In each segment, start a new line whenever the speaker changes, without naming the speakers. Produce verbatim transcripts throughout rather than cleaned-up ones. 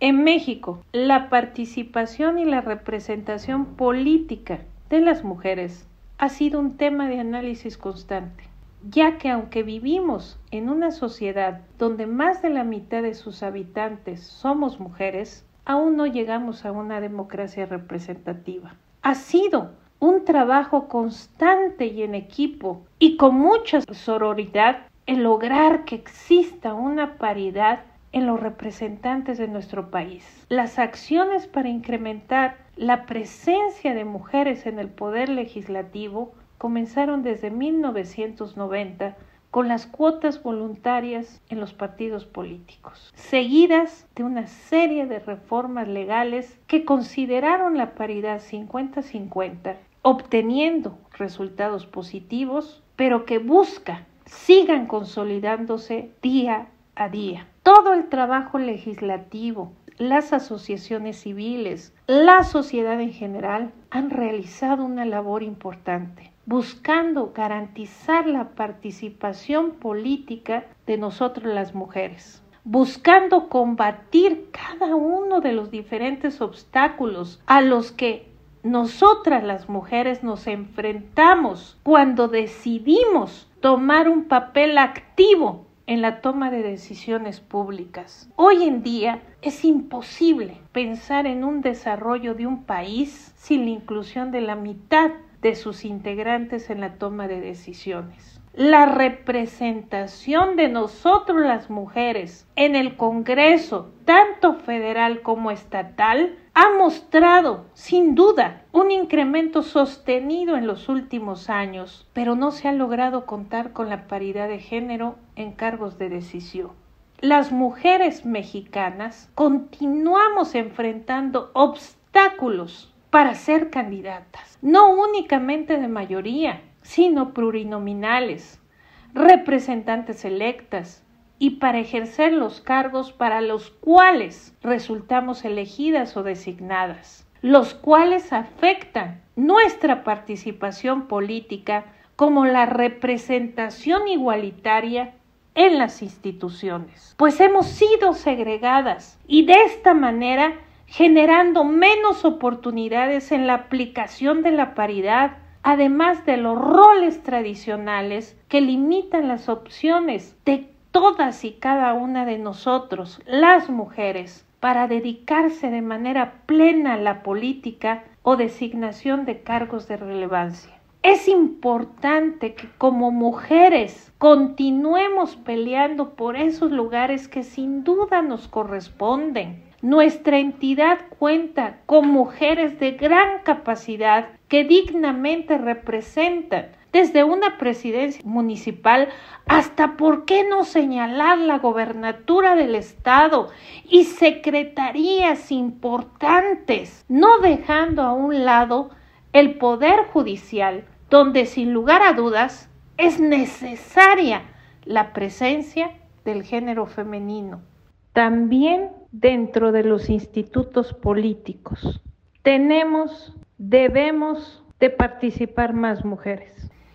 En México, la participación y la representación política de las mujeres ha sido un tema de análisis constante, ya que aunque vivimos en una sociedad donde más de la mitad de sus habitantes somos mujeres, aún no llegamos a una democracia representativa. Ha sido un trabajo constante y en equipo y con mucha sororidad el lograr que exista una paridad en los representantes de nuestro país. Las acciones para incrementar la presencia de mujeres en el poder legislativo comenzaron desde mil novecientos noventa con las cuotas voluntarias en los partidos políticos, seguidas de una serie de reformas legales que consideraron la paridad cincuenta cincuenta, obteniendo resultados positivos, pero que busca sigan consolidándose día a día. Todo el trabajo legislativo, las asociaciones civiles, la sociedad en general han realizado una labor importante, buscando garantizar la participación política de nosotros las mujeres, buscando combatir cada uno de los diferentes obstáculos a los que nosotras las mujeres nos enfrentamos cuando decidimos tomar un papel activo en la toma de decisiones públicas. Hoy en día es imposible pensar en un desarrollo de un país sin la inclusión de la mitad de sus integrantes en la toma de decisiones. La representación de nosotros las mujeres en el Congreso, tanto federal como estatal, ha mostrado, sin duda, un incremento sostenido en los últimos años, pero no se ha logrado contar con la paridad de género en cargos de decisión. Las mujeres mexicanas continuamos enfrentando obstáculos para ser candidatas, no únicamente de mayoría, sino plurinominales, representantes electas, y para ejercer los cargos para los cuales resultamos elegidas o designadas, los cuales afectan nuestra participación política como la representación igualitaria en las instituciones, pues hemos sido segregadas y de esta manera generando menos oportunidades en la aplicación de la paridad, además de los roles tradicionales que limitan las opciones de todas y cada una de nosotros, las mujeres, para dedicarse de manera plena a la política o designación de cargos de relevancia. Es importante que como mujeres continuemos peleando por esos lugares que sin duda nos corresponden. Nuestra entidad cuenta con mujeres de gran capacidad que dignamente representan desde una presidencia municipal hasta, ¿por qué no señalar, la gobernatura del estado y secretarías importantes, no dejando a un lado el poder judicial, donde sin lugar a dudas es necesaria la presencia del género femenino? También dentro de los institutos políticos tenemos, debemos de participar más mujeres.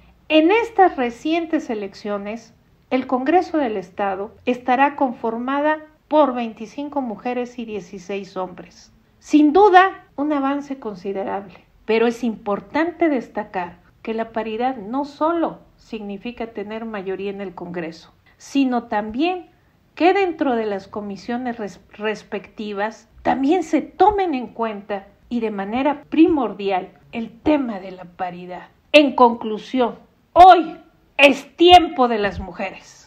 En estas recientes elecciones, el Congreso del Estado estará conformada por veinticinco mujeres y dieciséis hombres. Sin duda, un avance considerable, pero es importante destacar que la paridad no solo significa tener mayoría en el Congreso, sino también que dentro de las comisiones res- respectivas también se tomen en cuenta y de manera primordial el tema de la paridad. En conclusión, hoy es tiempo de las mujeres.